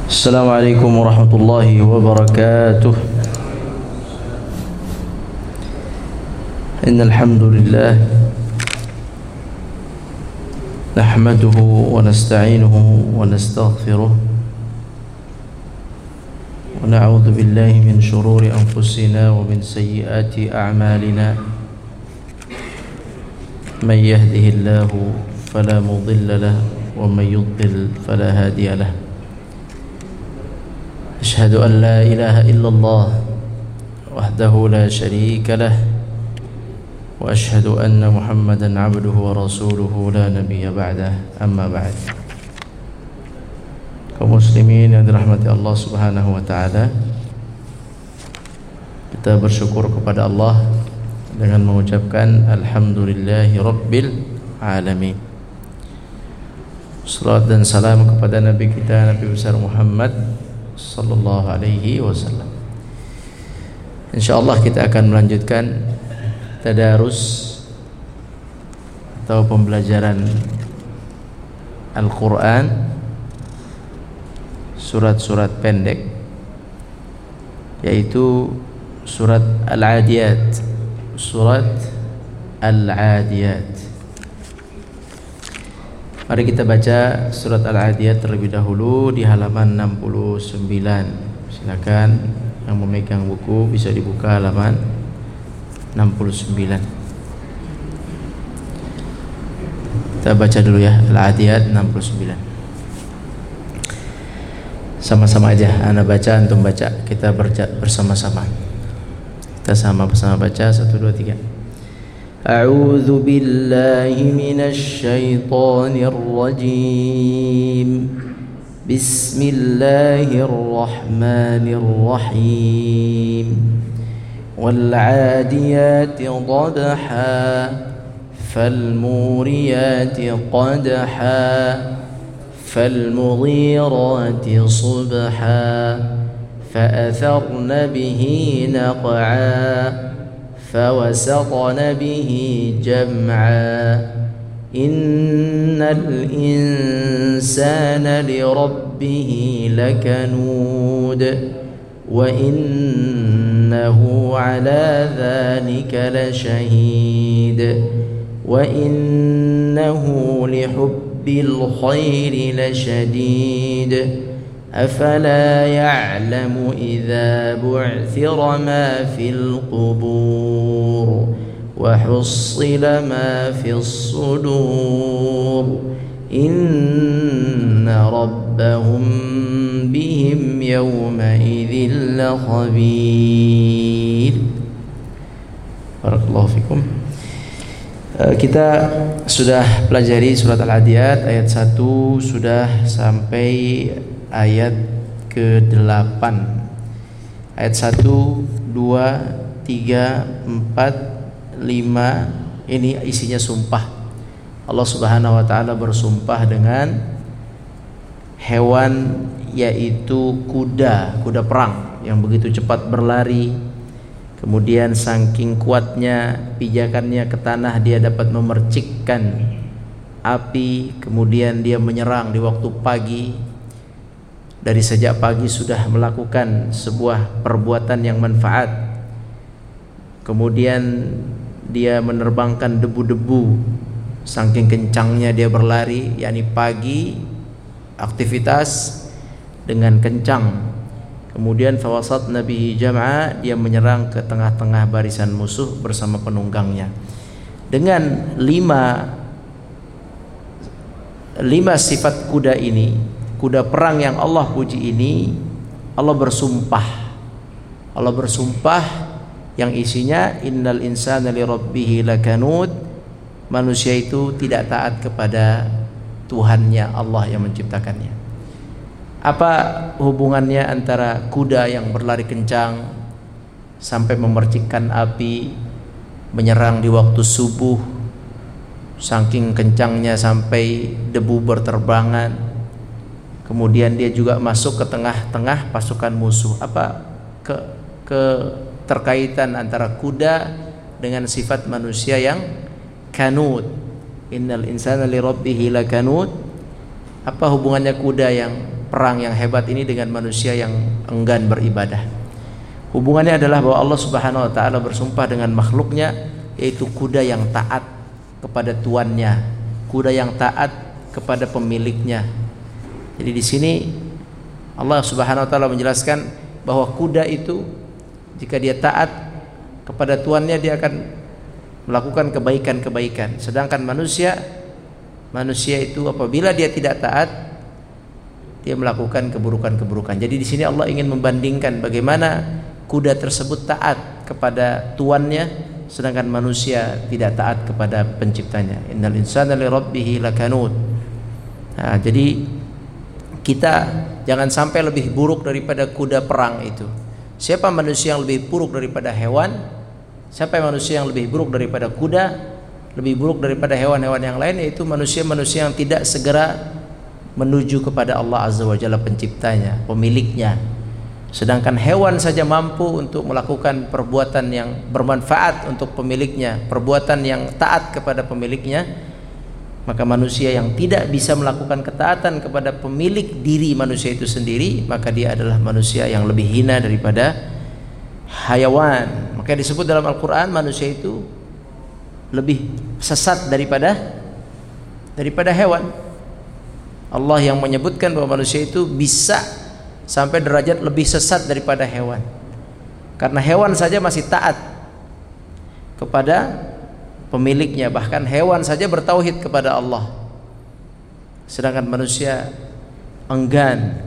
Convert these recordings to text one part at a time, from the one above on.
السلام عليكم ورحمة الله وبركاته. إن الحمد لله نحمده ونستعينه ونستغفره ونعوذ بالله من شرور أنفسنا ومن سيئات أعمالنا. من يهده الله فلا مضل له ومن يضلل فلا هادي له. أشهد أن لا إله إلا الله وحده لا شريك له وأشهد أن محمدا عبده ورسوله لا نبي بعده. أما بعد. Kaum muslimin yang dirahmati Allah Subhanahu wa taala, kita bersyukur kepada Allah dengan mengucapkan alhamdulillahi rabbil alamin. Salawat dan salam kepada Nabi kita, Nabi besar Muhammad sallallahu alaihi wasallam. Insyaallah kita akan melanjutkan tadarus atau pembelajaran Al-Qur'an, surat-surat pendek, yaitu surat Al-Adiyat. Surat Al-Adiyat. Mari kita baca surat Al-Adiyat terlebih dahulu di halaman 69. Silakan yang memegang buku bisa dibuka halaman 69. Kita baca dulu ya, Al-Adiyat 69. Sama-sama aja, ana baca, antum baca, kita baca bersama-sama. Kita sama-sama baca 1 2 3. أعوذ بالله من الشيطان الرجيم. بسم الله الرحمن الرحيم. والعاديات ضبحا فالموريات قدحا فالمغيرات صبحا فأثرن به نقعا فوسطن به جمعا إن الإنسان لربه لكنود وإنه على ذلك لشهيد وإنه لحب الخير لشديد أفلا يعلم إذا بعثر ما في القبور وحصل ما في الصدور إن ربهم بهم يومئذ لخبير. Barakallahu fikum. Kita sudah pelajari surat Al-Adiyat ayat 1 sudah sampai ayat ke-8. Ayat 1, 2, 3, 4, 5 ini isinya sumpah. Allah Subhanahu wa taala bersumpah dengan hewan, yaitu kuda perang yang begitu cepat berlari. Kemudian saking kuatnya pijakannya ke tanah, dia dapat memercikkan api. Kemudian dia menyerang di waktu pagi. Dari sejak pagi sudah melakukan sebuah perbuatan yang manfaat. Kemudian dia menerbangkan debu-debu. Saking kencangnya dia berlari, yakni pagi aktivitas dengan kencang. Kemudian fawasat nabihi jam'a, dia menyerang ke tengah-tengah barisan musuh bersama penunggangnya. Dengan lima sifat kuda ini, kuda perang yang Allah puji ini, Allah bersumpah yang isinya innal insana li rabbih lakanud. Manusia itu tidak taat kepada Tuhannya, Allah yang menciptakannya. Apa hubungannya antara kuda yang berlari kencang sampai memercikkan api, menyerang di waktu subuh, saking kencangnya sampai debu berterbangan, kemudian dia juga masuk ke tengah-tengah pasukan musuh? Apa keterkaitan antara kuda dengan sifat manusia yang kanud? Innal insana li rabbih lakanud. Apa hubungannya kuda yang perang yang hebat ini dengan manusia yang enggan beribadah. Hubungannya adalah bahwa Allah Subhanahu wa taala bersumpah dengan makhluknya, yaitu kuda yang taat kepada tuannya, kuda yang taat kepada pemiliknya. Jadi di sini Allah Subhanahu wa taala menjelaskan bahwa kuda itu jika dia taat kepada tuannya dia akan melakukan kebaikan-kebaikan. Sedangkan manusia itu apabila dia tidak taat, dia melakukan keburukan-keburukan. Jadi di sini Allah ingin membandingkan bagaimana kuda tersebut taat kepada tuannya, sedangkan manusia tidak taat kepada penciptanya. Innal insana li rabbih lakanud. Nah, jadi kita jangan sampai lebih buruk daripada kuda perang itu. Siapa manusia yang lebih buruk daripada hewan? Siapa manusia yang lebih buruk daripada kuda, lebih buruk daripada hewan-hewan yang lain, yaitu manusia-manusia yang tidak segera menuju kepada Allah Azza wa Jalla penciptanya, pemiliknya. Sedangkan hewan saja mampu untuk melakukan perbuatan yang bermanfaat untuk pemiliknya, perbuatan yang taat kepada pemiliknya, maka manusia yang tidak bisa melakukan ketaatan kepada pemilik diri manusia itu sendiri, maka dia adalah manusia yang lebih hina daripada hayawan. Maka disebut dalam Al-Quran manusia itu lebih sesat daripada hewan. Allah yang menyebutkan bahwa manusia itu bisa sampai derajat lebih sesat daripada hewan. Karena hewan saja masih taat kepada pemiliknya, bahkan hewan saja bertauhid kepada Allah. Sedangkan manusia enggan,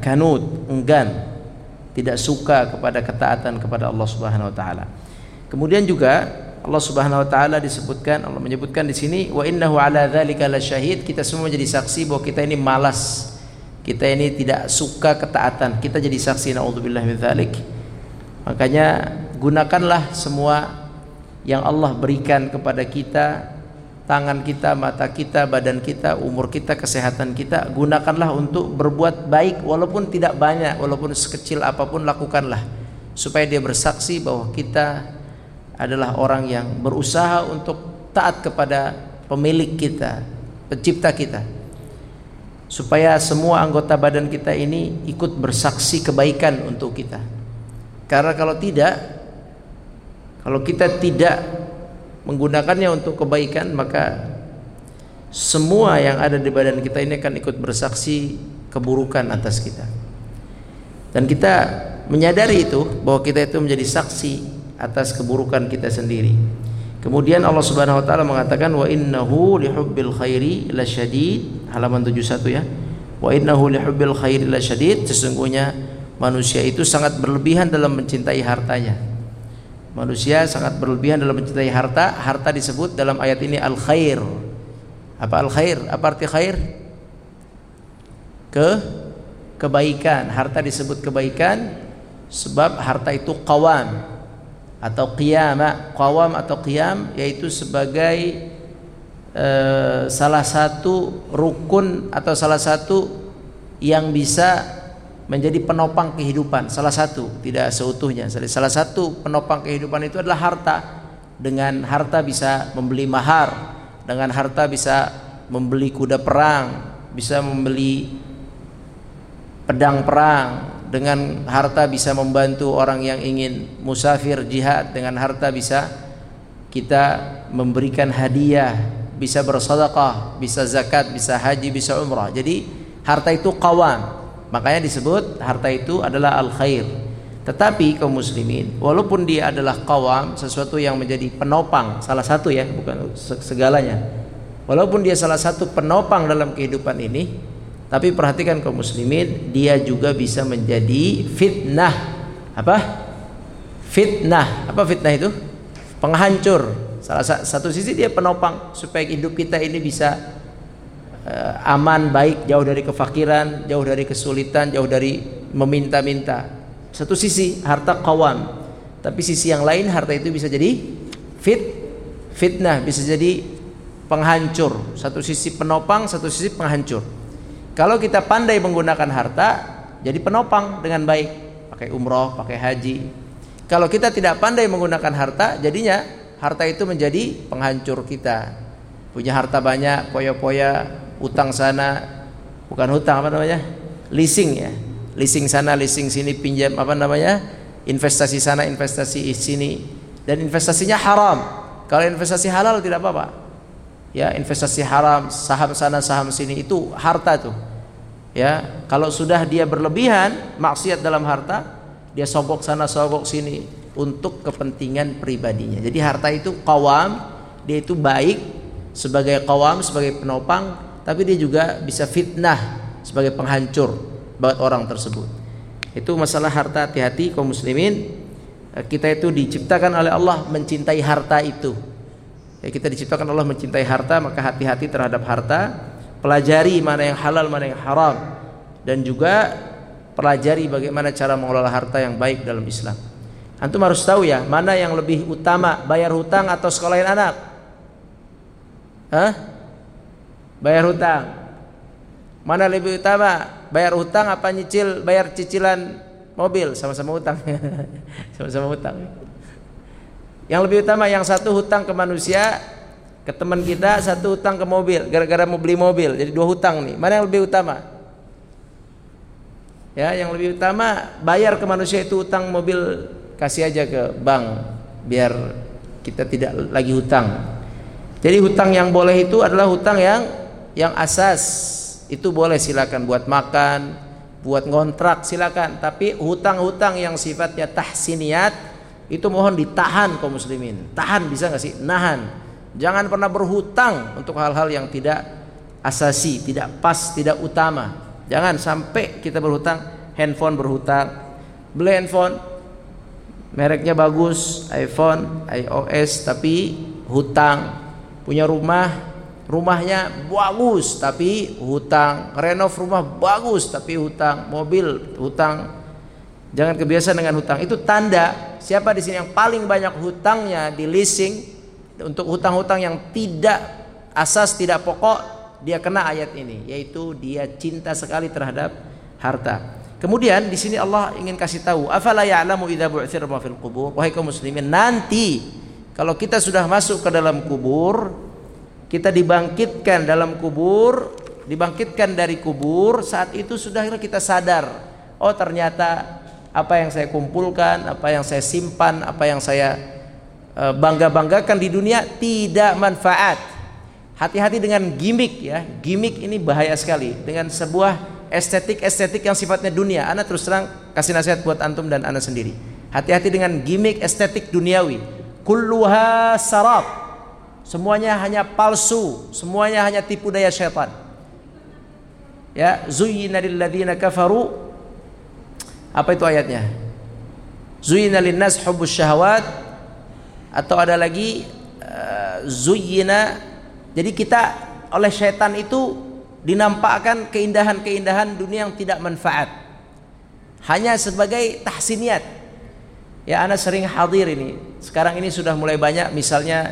tidak suka kepada ketaatan kepada Allah Subhanahu wa taala. Kemudian juga Allah Subhanahu wa taala Allah menyebutkan di sini wa innahu ala dzalika lasyahid, kita semua jadi saksi bahwa kita ini malas, kita ini tidak suka ketaatan, kita jadi saksi, naudzubillah min dzalik. Makanya gunakanlah semua yang Allah berikan kepada kita, tangan kita, mata kita, badan kita, umur kita, kesehatan kita, gunakanlah untuk berbuat baik walaupun tidak banyak, walaupun sekecil apapun lakukanlah, supaya dia bersaksi bahwa kita adalah orang yang berusaha untuk taat kepada pemilik kita, pencipta kita, supaya semua anggota badan kita ini ikut bersaksi kebaikan untuk kita. Karena kalau kita tidak menggunakannya untuk kebaikan, maka semua yang ada di badan kita ini akan ikut bersaksi keburukan atas kita. Dan kita menyadari itu, bahwa kita itu menjadi saksi atas keburukan kita sendiri. Kemudian Allah Subhanahu wa taala mengatakan wa innahu lihubbil khairi lasyadid, halaman 71 ya. Wa innahu lihubbil khairi lasyadid, sesungguhnya manusia itu sangat berlebihan dalam mencintai hartanya. Manusia sangat berlebihan dalam mencintai harta. Harta disebut dalam ayat ini al-khair. Apa al-khair? Apa arti khair? Kebaikan. Harta disebut kebaikan sebab harta itu qawam atau qiyama. Qawam atau qiyam yaitu sebagai salah satu rukun atau salah satu yang bisa menjadi penopang kehidupan, salah satu, tidak seutuhnya. Salah satu penopang kehidupan itu adalah harta. Dengan harta bisa membeli mahar, dengan harta bisa membeli kuda perang, bisa membeli pedang perang, dengan harta bisa membantu orang yang ingin musafir jihad, dengan harta bisa kita memberikan hadiah, bisa bersedekah, bisa zakat, bisa haji, bisa umrah. Jadi harta itu qawam. Makanya disebut harta itu adalah al-khair. Tetapi kaum muslimin, walaupun dia adalah qawam, sesuatu yang menjadi penopang, salah satu ya, bukan segalanya. Walaupun dia salah satu penopang dalam kehidupan ini, tapi perhatikan kaum muslimin, dia juga bisa menjadi fitnah. Apa? Fitnah. Apa fitnah itu? Penghancur. Salah satu sisi dia penopang supaya hidup kita ini bisa aman, baik, jauh dari kefakiran, jauh dari kesulitan, jauh dari meminta-minta. Satu sisi harta qawam, tapi sisi yang lain harta itu bisa jadi fitnah, bisa jadi penghancur. Satu sisi penopang, satu sisi penghancur. Kalau kita pandai menggunakan harta, jadi penopang dengan baik, pakai umroh, pakai haji. Kalau kita tidak pandai menggunakan harta, jadinya harta itu menjadi penghancur kita. Punya harta banyak, poya-poya, utang sana, bukan hutang, apa namanya? leasing ya, leasing sana, leasing sini, pinjam investasi sana, investasi sini, dan investasinya haram. Kalau investasi halal tidak apa-apa. Ya, investasi haram, saham sana, saham sini, itu harta tuh. Ya, kalau sudah dia berlebihan, maksiat dalam harta, dia sogok sana, sogok sini untuk kepentingan pribadinya. Jadi harta itu qawam, dia itu baik sebagai qawam, sebagai penopang, tapi dia juga bisa fitnah sebagai penghancur buat orang tersebut. Itu masalah harta. Hati-hati kaum muslimin. Kita itu diciptakan oleh Allah mencintai harta itu. Ya, kita diciptakan Allah mencintai harta, maka hati-hati terhadap harta. Pelajari mana yang halal, mana yang haram, dan juga pelajari bagaimana cara mengelola harta yang baik dalam Islam. Antum harus tahu ya, mana yang lebih utama, bayar hutang atau sekolahin anak? Bayar hutang. Mana lebih utama, bayar hutang apa bayar cicilan mobil? Sama-sama hutang. Sama-sama hutang. Yang lebih utama, yang satu hutang ke manusia, ke teman kita, satu hutang ke mobil, gara-gara mau beli mobil, jadi 2 hutang nih. Mana yang lebih utama? Ya, yang lebih utama bayar ke manusia itu hutang mobil, kasih aja ke bank biar kita tidak lagi hutang. Jadi hutang yang boleh itu adalah hutang yang asas. Itu boleh, silakan buat makan, buat ngontrak silakan. Tapi hutang-hutang yang sifatnya tahsiniyat itu mohon ditahan kaum muslimin. Tahan, bisa nggak sih? Nahan. Jangan pernah berhutang untuk hal-hal yang tidak asasi, tidak pas, tidak utama. Jangan sampai kita berhutang. Handphone berhutang, beli handphone mereknya bagus, iPhone, iOS, tapi hutang. Punya rumahnya bagus tapi hutang. Renov rumah bagus tapi hutang. Mobil hutang. Jangan kebiasaan dengan hutang. Itu tanda siapa di sini yang paling banyak hutangnya di leasing. Untuk hutang-hutang yang tidak asas, tidak pokok, dia kena ayat ini, yaitu dia cinta sekali terhadap harta. Kemudian di sini Allah ingin kasih tahu, afala ya'lamu idza bu'tsira ma fil qubur. Wahai kaum muslimin, nanti kalau kita sudah masuk ke dalam kubur, kita dibangkitkan dari kubur, saat itu sudah kita sadar, oh ternyata apa yang saya kumpulkan, apa yang saya simpan, apa yang saya bangga-banggakan di dunia tidak manfaat. Hati-hati dengan gimmick ya. Gimmick ini bahaya sekali. Dengan sebuah estetik yang sifatnya dunia. Ana terus terang kasih nasihat buat antum dan ana sendiri. Hati-hati dengan gimmick estetik duniawi. Kulluha sarab. Semuanya hanya palsu, semuanya hanya tipu daya syaitan. Ya, zuyyina lil ladzina kafaru. Apa itu ayatnya? Zuyyina linnas hubbus syahawat. Atau ada lagi zuyyina. Jadi kita oleh syaitan itu dinampakkan keindahan-keindahan dunia yang tidak manfaat, hanya sebagai tahsiniyat. Ya, ana sering hadir ini. Sekarang ini sudah mulai banyak, misalnya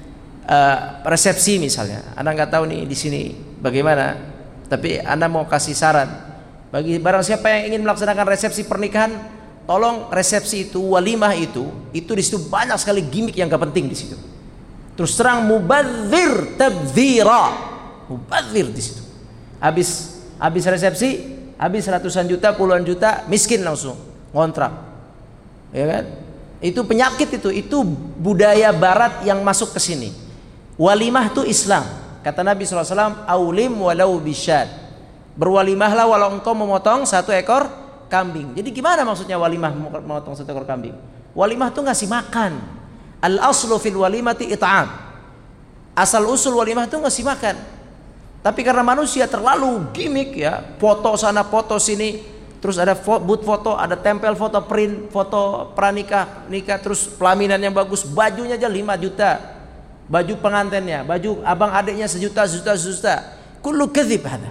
resepsi misalnya. Ana nggak tahu nih di sini bagaimana, tapi ana mau kasih saran bagi barang siapa yang ingin melaksanakan resepsi pernikahan. Tolong resepsi itu, walimah itu di situ banyak sekali gimmick yang gak penting di situ. Terus terang mubadzir tabdzira. Mubadzir di situ. Habis resepsi, habis ratusan juta, puluhan juta, miskin langsung ngontrak. Ya kan? Itu penyakit itu budaya barat yang masuk ke sini. Walimah itu Islam. Kata Nabi SAW, aulim walau bisyad. Berwalimahlah walau engkau memotong 1 ekor kambing. Jadi gimana maksudnya walimah memotong 1 ekor kambing? Walimah itu ngasih makan. Al aslu fil walimati it'am. Asal usul walimah itu ngasih makan. Tapi karena manusia terlalu gimmick ya, foto sana foto sini, terus ada booth foto, ada tempel foto, print foto pranikah, nikah, terus pelaminan yang bagus, bajunya aja 5 juta. Baju pengantinnya, baju abang adiknya sejuta. Kullu kadzib hada.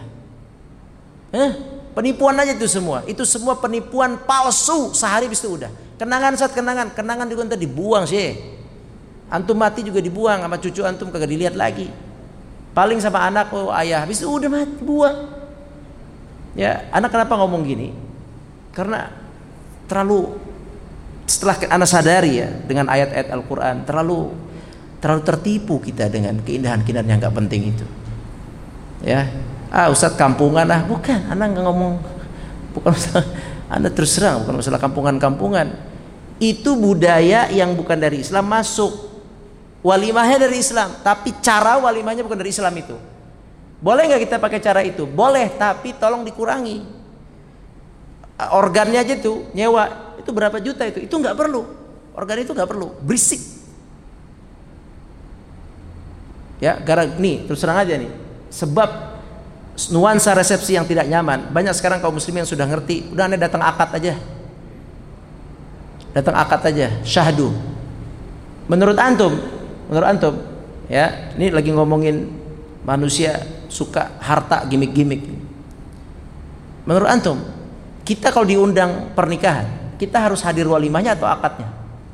Penipuan aja itu semua. Itu semua penipuan palsu. Sehari bis itu udah. Kenangan juga ntar dibuang sih. Antum mati juga dibuang, sama cucu antum kagak dilihat lagi. Paling sama anak, oh ayah, habis itu udah mati, buang. Ya, anak kenapa ngomong gini? Karena terlalu, setelah anak sadari ya dengan ayat-ayat Al-Quran, terlalu tertipu kita dengan keindahan-keindahan yang gak penting itu. Ya, Ustadz kampungan bukan, anak nggak ngomong Bukan masalah, Anda terus terang, bukan masalah kampungan-kampungan. Itu budaya yang bukan dari Islam masuk. Walimahnya dari Islam, tapi cara walimahnya bukan dari Islam itu. Boleh nggak kita pakai cara itu? Boleh, tapi tolong dikurangi. Organnya aja tuh nyewa itu berapa juta itu nggak perlu. Organ itu nggak perlu, berisik. Ya, nih terus terang aja nih. Sebab nuansa resepsi yang tidak nyaman, banyak sekarang kaum muslimin yang sudah ngerti. Udah Anda datang akad aja, syahdu. Menurut antum, ya, ini lagi ngomongin manusia suka harta, gimmick-gimmick. Menurut antum, kita kalau diundang pernikahan, kita harus hadir walimahnya atau akadnya?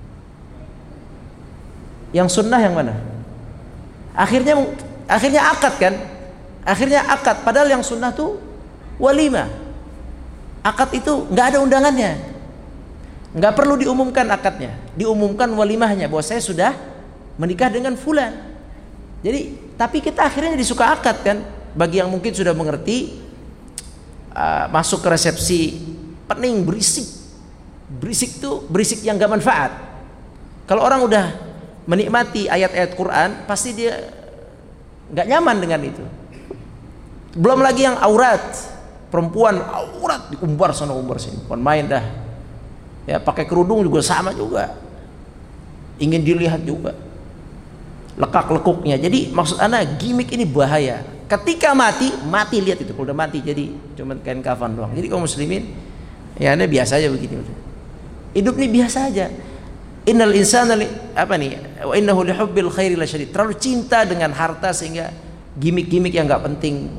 Yang sunnah yang mana? Akhirnya akad kan? Akhirnya akad, padahal yang sunnah tuh walimah. Akad itu nggak ada undangannya, nggak perlu diumumkan akadnya, diumumkan walimahnya bahwa saya sudah menikah dengan fulan. Jadi, tapi kita akhirnya jadi suka akad kan? Bagi yang mungkin sudah mengerti, masuk ke resepsi pening, berisik tuh berisik yang gak manfaat. Kalau orang udah menikmati ayat-ayat Quran, pasti dia gak nyaman dengan itu. Belum lagi yang aurat, perempuan aurat diumbar sana umbar sini, bukan main dah. Ya, pakai kerudung juga sama juga, ingin dilihat juga lekak-lekuknya. Jadi maksud anak gimmick ini bahaya. Ketika mati lihat itu. Kalau udah mati jadi cuma kain kafan doang. Jadi kaum muslimin, ya Anda biasa aja begini udah. Hidup ini biasa aja. Innal insana wa innahu lihubbil khairi lasyadid. Terlalu cinta dengan harta sehingga gimmick-gimmick yang enggak penting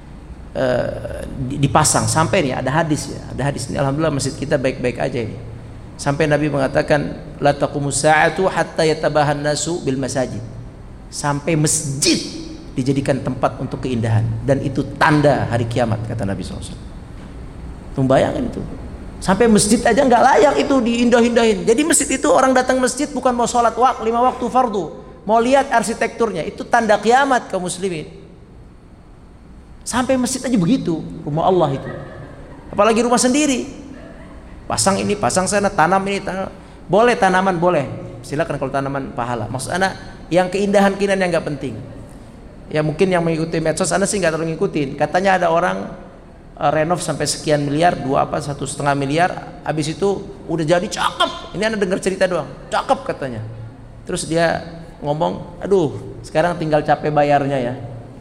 dipasang. Sampai nih ada hadis ya. Ada hadis ini, alhamdulillah masjid kita baik-baik aja ini. Sampai Nabi mengatakan la taqumus sa'atu hatta yatabahan nasu bil masajid. Sampai masjid dijadikan tempat untuk keindahan, dan itu tanda hari kiamat kata Nabi SAW. Tuh bayangin itu, sampai masjid aja nggak layak itu diindah-indahin. Jadi masjid itu orang datang masjid bukan mau sholat 5 waktu fardu, mau lihat arsitekturnya, itu tanda kiamat kaum muslimin. Sampai masjid aja begitu, rumah Allah itu. Apalagi rumah sendiri, pasang ini, pasang sana, tanam ini, tanam. Boleh tanaman boleh, silakan kalau tanaman pahala. Maksud anak yang keindahan yang nggak penting. Ya mungkin yang mengikuti medsos Anda sih nggak terlalu ngikutin. Katanya ada orang renov sampai sekian miliar, 1,5 miliar, habis itu udah jadi cakep. Ini Anda dengar cerita doang, cakep katanya. Terus dia ngomong, aduh sekarang tinggal capek bayarnya ya.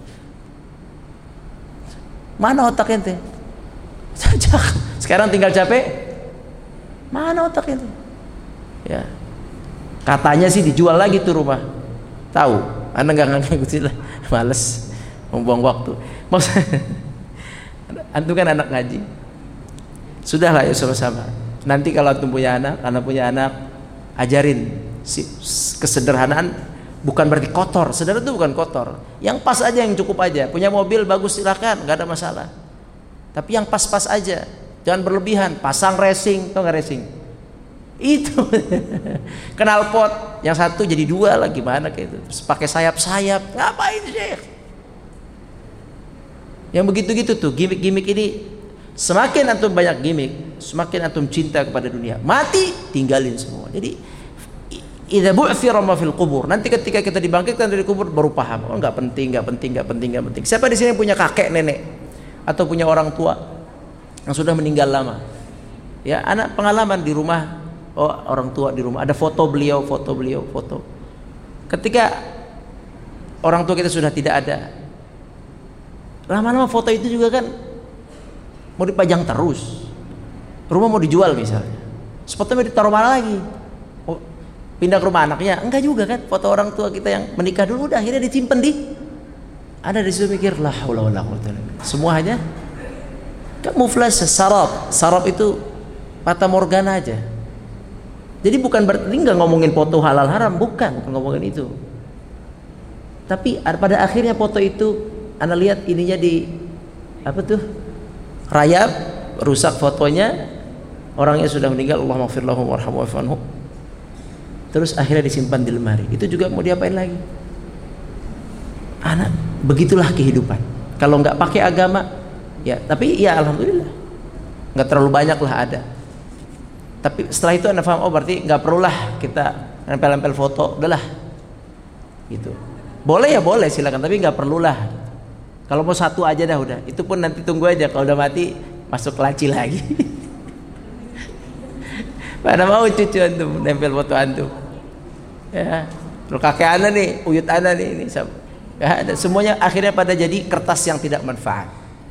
Mana otak ente? Sekarang tinggal capek. Mana otak ente? Ya, katanya sih dijual lagi tuh rumah. Tahu? Anda nggak ngikutin lah. Males membuang waktu. Maksudnya antum kan anak ngaji, sudahlah ya sama-sama. Nanti kalau antum punya anak, anak punya anak, ajarin kesederhanaan. Bukan berarti kotor. Sederhana itu bukan kotor. Yang pas aja, yang cukup aja. Punya mobil bagus silakan, nggak ada masalah. Tapi yang pas-pas aja, jangan berlebihan. Pasang racing, tau nggak racing? Itu knalpot yang satu jadi 2 lah, gimana kayak itu. Terus pakai sayap-sayap, ngapain Syekh? Yang begitu-gitu tuh gimmick-gimmick ini. Semakin antum banyak gimmick, semakin antum cinta kepada dunia. Mati tinggalin semua. Jadi idza bu'thira ma fil qubur, nanti ketika kita dibangkitkan dari kubur baru paham, oh nggak penting. Siapa di sini punya kakek nenek atau punya orang tua yang sudah meninggal lama? Ya, anak pengalaman di rumah. Oh, orang tua di rumah ada foto beliau. Ketika orang tua kita sudah tidak ada, lama-lama foto itu juga kan mau dipajang terus. Rumah mau dijual misalnya, fotonya ditaruh mana lagi? Oh, pindah ke rumah anaknya? Enggak juga kan. Foto orang tua kita yang menikah dulu udah akhirnya disimpan ada di situ. Mikir lah, semua hanya kamuflase, sarap itu fata morgana aja. Jadi bukan berarti nggak ngomongin foto halal haram, bukan ngomongin itu. Tapi pada akhirnya foto itu, Anda lihat ininya di rayap, rusak fotonya, orangnya sudah meninggal, Allahumma ighfir lahu warhamhu wa'fu anhu. Terus akhirnya disimpan di lemari. Itu juga mau diapain lagi? Anak, begitulah kehidupan. Kalau nggak pakai agama, ya tapi ya alhamdulillah. nggak terlalu banyak lah ada. Tapi setelah itu Anda paham, oh berarti nggak perlulah kita nempel-nempel foto, udahlah gitu. Boleh ya boleh, silakan, tapi nggak perlulah. Kalau mau satu aja dah udah. Itu pun nanti tunggu aja, kalau udah mati masuk laci lagi. Mana mau cucu antum nempel foto antum? Ya, kalau kakek anda nih, uyut anda nih, ini ya, semuanya akhirnya pada jadi kertas yang tidak manfaat.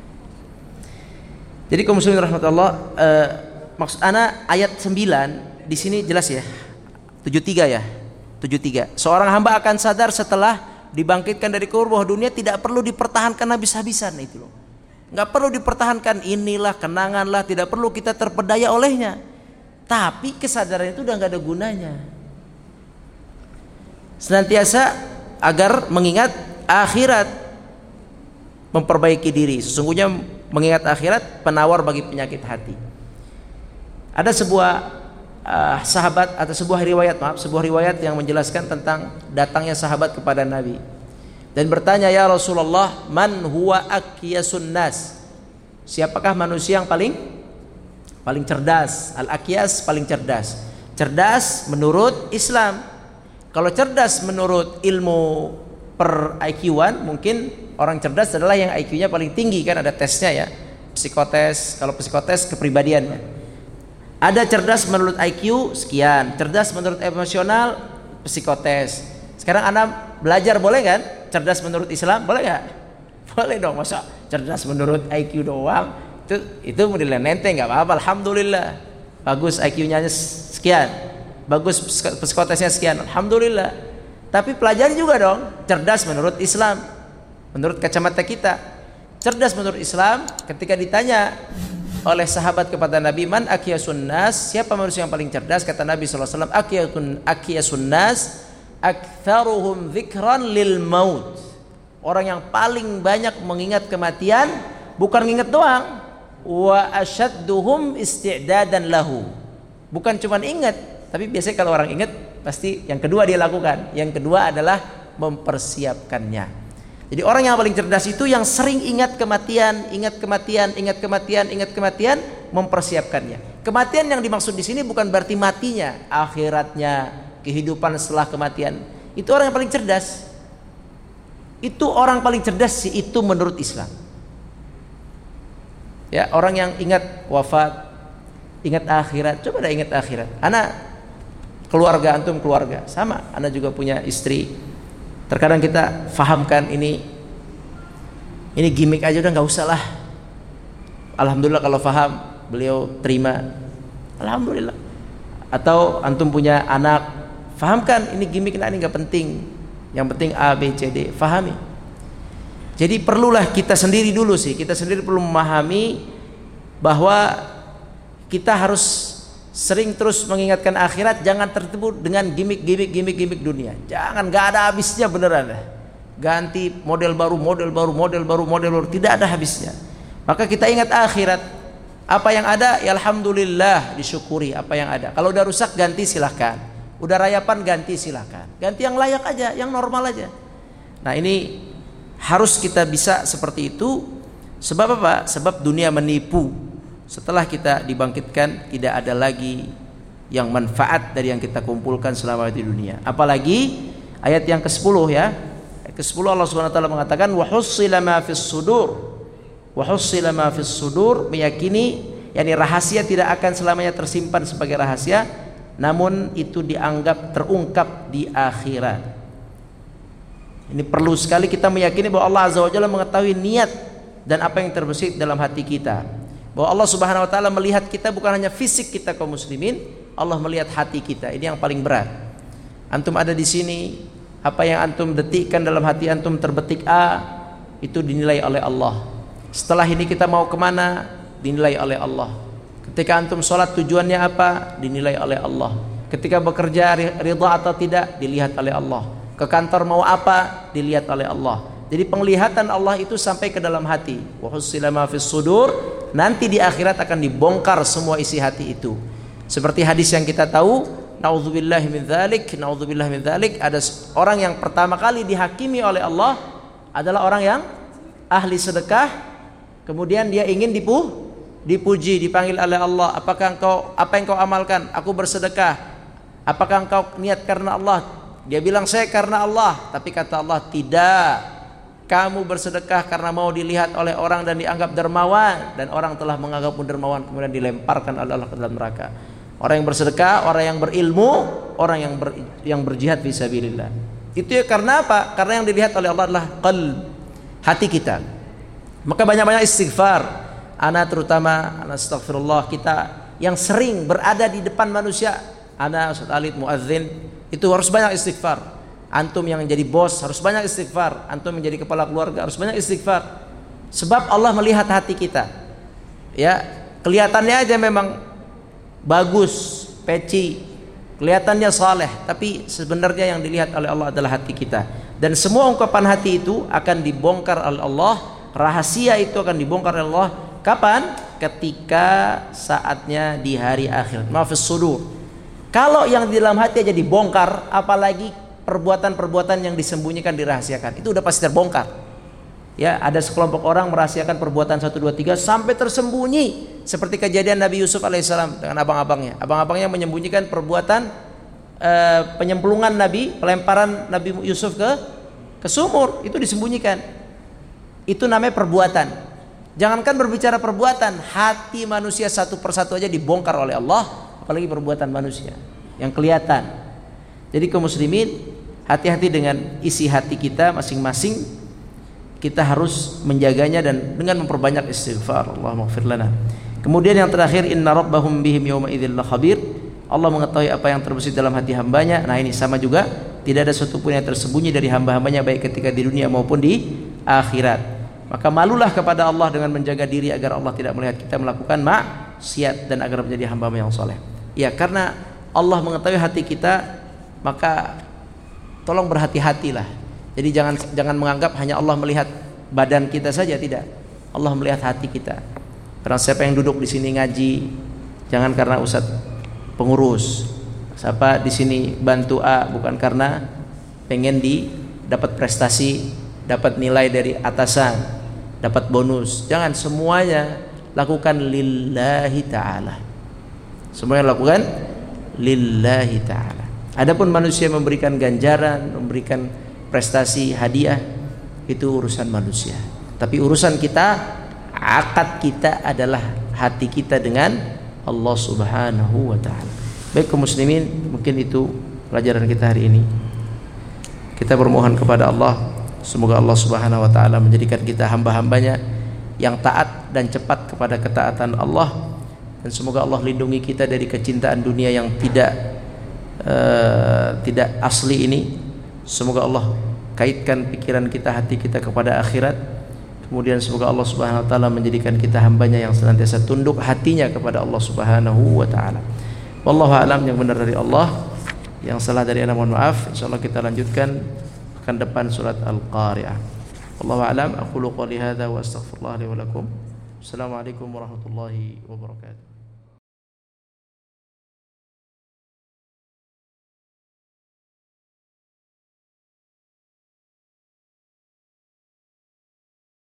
Jadi kaum muslimin rahmatullah, maksud ana ayat 9 di sini jelas ya. 73 ya. 73. Seorang hamba akan sadar setelah dibangkitkan dari kubur bahwa dunia tidak perlu dipertahankan habis-habisan, itu loh. Enggak perlu dipertahankan, inilah kenanganlah, tidak perlu kita terpedaya olehnya. Tapi kesadaran itu udah enggak ada gunanya. Senantiasa agar mengingat akhirat, memperbaiki diri. Sesungguhnya mengingat akhirat penawar bagi penyakit hati. Ada sebuah sahabat atau sebuah riwayat yang menjelaskan tentang datangnya sahabat kepada Nabi dan bertanya, ya Rasulullah, man huwa akyasun nas? Siapakah manusia yang paling cerdas? Al-akyas, paling cerdas. Cerdas menurut Islam. Kalau cerdas menurut ilmu per IQ-an, mungkin orang cerdas adalah yang IQ-nya paling tinggi, kan ada tesnya ya, psikotes. Kalau psikotes kepribadian. Ada cerdas menurut IQ sekian, cerdas menurut emosional psikotes. Sekarang Anda belajar boleh kan? Cerdas menurut Islam boleh nggak? Boleh dong, masa cerdas menurut IQ doang? Itu menilai nenteng, nggak apa-apa. Alhamdulillah, bagus IQ-nya sekian, bagus psikotesnya sekian, alhamdulillah. Tapi pelajari juga dong, cerdas menurut Islam, menurut kacamata kita. Cerdas menurut Islam, ketika ditanya oleh sahabat kepada Nabi, man akyasun nas, siapa manusia yang paling cerdas? Kata Nabi SAW, akyasun nas aktsaruhum dzikran lil maut. Orang yang paling banyak mengingat kematian, bukan mengingat doang, wa asyadduhum isti'dadan lahu. Bukan cuma ingat, tapi biasanya kalau orang ingat pasti yang kedua dia lakukan. Yang kedua adalah mempersiapkannya. Jadi orang yang paling cerdas itu yang sering ingat kematian, mempersiapkannya. Kematian yang dimaksud di sini bukan berarti matinya, akhiratnya, kehidupan setelah kematian. Itu orang yang paling cerdas. Itu orang paling cerdas sih, itu menurut Islam. Ya, orang yang ingat wafat, ingat akhirat. Coba dah ingat akhirat. Anak keluarga antum keluarga, sama. Anak juga punya istri. Terkadang kita fahamkan ini gimmick aja, udah nggak usah lah. Alhamdulillah kalau faham, beliau terima. Alhamdulillah. Atau antum punya anak, fahamkan ini gimmick, ini nggak penting. Yang penting A, B, C, D, fahami. Jadi perlulah kita sendiri dulu sih. Kita sendiri perlu memahami bahwa kita harus sering terus mengingatkan akhirat, jangan tertipu dengan gimmick dunia. Jangan, nggak ada habisnya beneran. Ganti model baru, tidak ada habisnya. Maka kita ingat akhirat. Apa yang ada, ya alhamdulillah, disyukuri apa yang ada. Kalau udah rusak ganti silahkan. Udah rayapan ganti silahkan. Ganti yang layak aja, yang normal aja. Nah ini harus kita bisa seperti itu. Sebab apa? Sebab dunia menipu. Setelah kita dibangkitkan, tidak ada lagi yang manfaat dari yang kita kumpulkan selama di dunia. Apalagi ayat yang ke-10 ya. Ayat ke-10 Allah Subhanahu wa taala mengatakan wa hussila ma fis sudur. Wa hussila ma fis sudur, meyakini yakni rahasia tidak akan selamanya tersimpan sebagai rahasia, namun itu dianggap terungkap di akhirat. Ini perlu sekali kita meyakini bahwa Allah Azza wa Jalla mengetahui niat dan apa yang terbesit dalam hati kita. Bahwa Allah Subhanahu wa taala melihat kita bukan hanya fisik kita kaum muslimin, Allah melihat hati kita. Ini yang paling berat. Antum ada di sini, apa yang antum detikkan dalam hati antum terbetik A, itu dinilai oleh Allah. Setelah ini kita mau kemana, dinilai oleh Allah. Ketika antum sholat tujuannya apa, dinilai oleh Allah. Ketika bekerja ridha atau tidak, dilihat oleh Allah. Ke kantor mau apa, dilihat oleh Allah. Jadi penglihatan Allah itu sampai ke dalam hati. Wa hussila ma fis sudur, nanti di akhirat akan dibongkar semua isi hati itu. Seperti hadis yang kita tahu, naudzubillahi min dzalik, ada orang yang pertama kali dihakimi oleh Allah adalah orang yang ahli sedekah, kemudian dia ingin dipuji, dipanggil oleh Allah, apakah engkau, apa yang kau amalkan? Aku bersedekah. Apakah engkau niat karena Allah? Dia bilang saya karena Allah. Tapi kata Allah, tidak. Kamu bersedekah karena mau dilihat oleh orang dan dianggap dermawan, dan orang telah menganggapmu dermawan kemudian dilemparkan oleh Allah ke dalam neraka. Orang yang bersedekah, orang yang berilmu, orang yang berjihad fisabilillah. Itu ya karena apa? Karena yang dilihat oleh Allah adalah qalb, hati kita. Maka banyak-banyak istighfar. Ana terutama, ana astagfirullah, kita yang sering berada di depan manusia. Ana Ustaz Alid muadzin, itu harus banyak istighfar. Antum yang jadi bos harus banyak istighfar. Antum yang jadi kepala keluarga harus banyak istighfar. Sebab Allah melihat hati kita. Ya, kelihatannya aja memang bagus, peci, kelihatannya saleh, tapi sebenarnya yang dilihat oleh Allah adalah hati kita. Dan semua ungkapan hati itu akan dibongkar oleh Allah. Rahasia itu akan dibongkar oleh Allah. Kapan? Ketika saatnya di hari akhir. Mafis sudur. Kalau yang di dalam hati aja dibongkar, apalagi perbuatan-perbuatan yang disembunyikan, dirahasiakan, itu udah pasti terbongkar. Ya, ada sekelompok orang merahasiakan perbuatan 1, 2, 3 sampai tersembunyi, seperti kejadian Nabi Yusuf alaihissalam dengan abang-abangnya. Abang-abangnya menyembunyikan perbuatan penyemplungan Nabi, pelemparan Nabi Yusuf ke sumur, itu disembunyikan. Itu namanya perbuatan. Jangankan berbicara perbuatan, hati manusia satu persatu aja dibongkar oleh Allah, apalagi perbuatan manusia yang kelihatan. Jadi kaum muslimin, hati-hati dengan isi hati kita masing-masing. Kita harus menjaganya dan dengan memperbanyak istighfar. Allahumma ighfir lana. Kemudian yang terakhir, inna rabbahum bihim yawma idzil khabir. Allah mengetahui apa yang terbesit dalam hati hambanya. Nah, ini sama juga, tidak ada satu pun yang tersembunyi dari hamba-hambanya, baik ketika di dunia maupun di akhirat. Maka malulah kepada Allah dengan menjaga diri agar Allah tidak melihat kita melakukan maksiat dan agar menjadi hamba yang soleh. Ya, karena Allah mengetahui hati kita, maka tolong berhati-hatilah. Jadi jangan menganggap hanya Allah melihat badan kita saja, tidak. Allah melihat hati kita. Karena siapa yang duduk di sini ngaji, jangan karena ustaz pengurus. Siapa di sini bantu A bukan karena pengen dapat prestasi, dapat nilai dari atasan, dapat bonus. Jangan, semuanya lakukan lillahi ta'ala. Semuanya lakukan lillahi ta'ala. Adapun manusia memberikan ganjaran, memberikan prestasi, hadiah, itu urusan manusia. Tapi urusan kita, akad kita adalah hati kita dengan Allah Subhanahu wa taala. Baik kaum muslimin, mungkin itu pelajaran kita hari ini. Kita bermohon kepada Allah, semoga Allah Subhanahu wa taala menjadikan kita hamba-hambanya yang taat dan cepat kepada ketaatan Allah, dan semoga Allah lindungi kita dari kecintaan dunia yang tidak asli ini. Semoga Allah kaitkan pikiran kita, hati kita kepada akhirat. Kemudian semoga Allah Subhanahu wa taala menjadikan kita hambanya yang senantiasa tunduk hatinya kepada Allah Subhanahu wa taala. Wallahu a'lam, yang benar dari Allah, yang salah dari ana mohon maaf. Insyaallah kita lanjutkan pekan depan surat Al-Qari'ah. Wallahu a'lam, aqulu qouli hadza wa astaghfirullah li wa lakum. Assalamualaikum warahmatullahi wabarakatuh.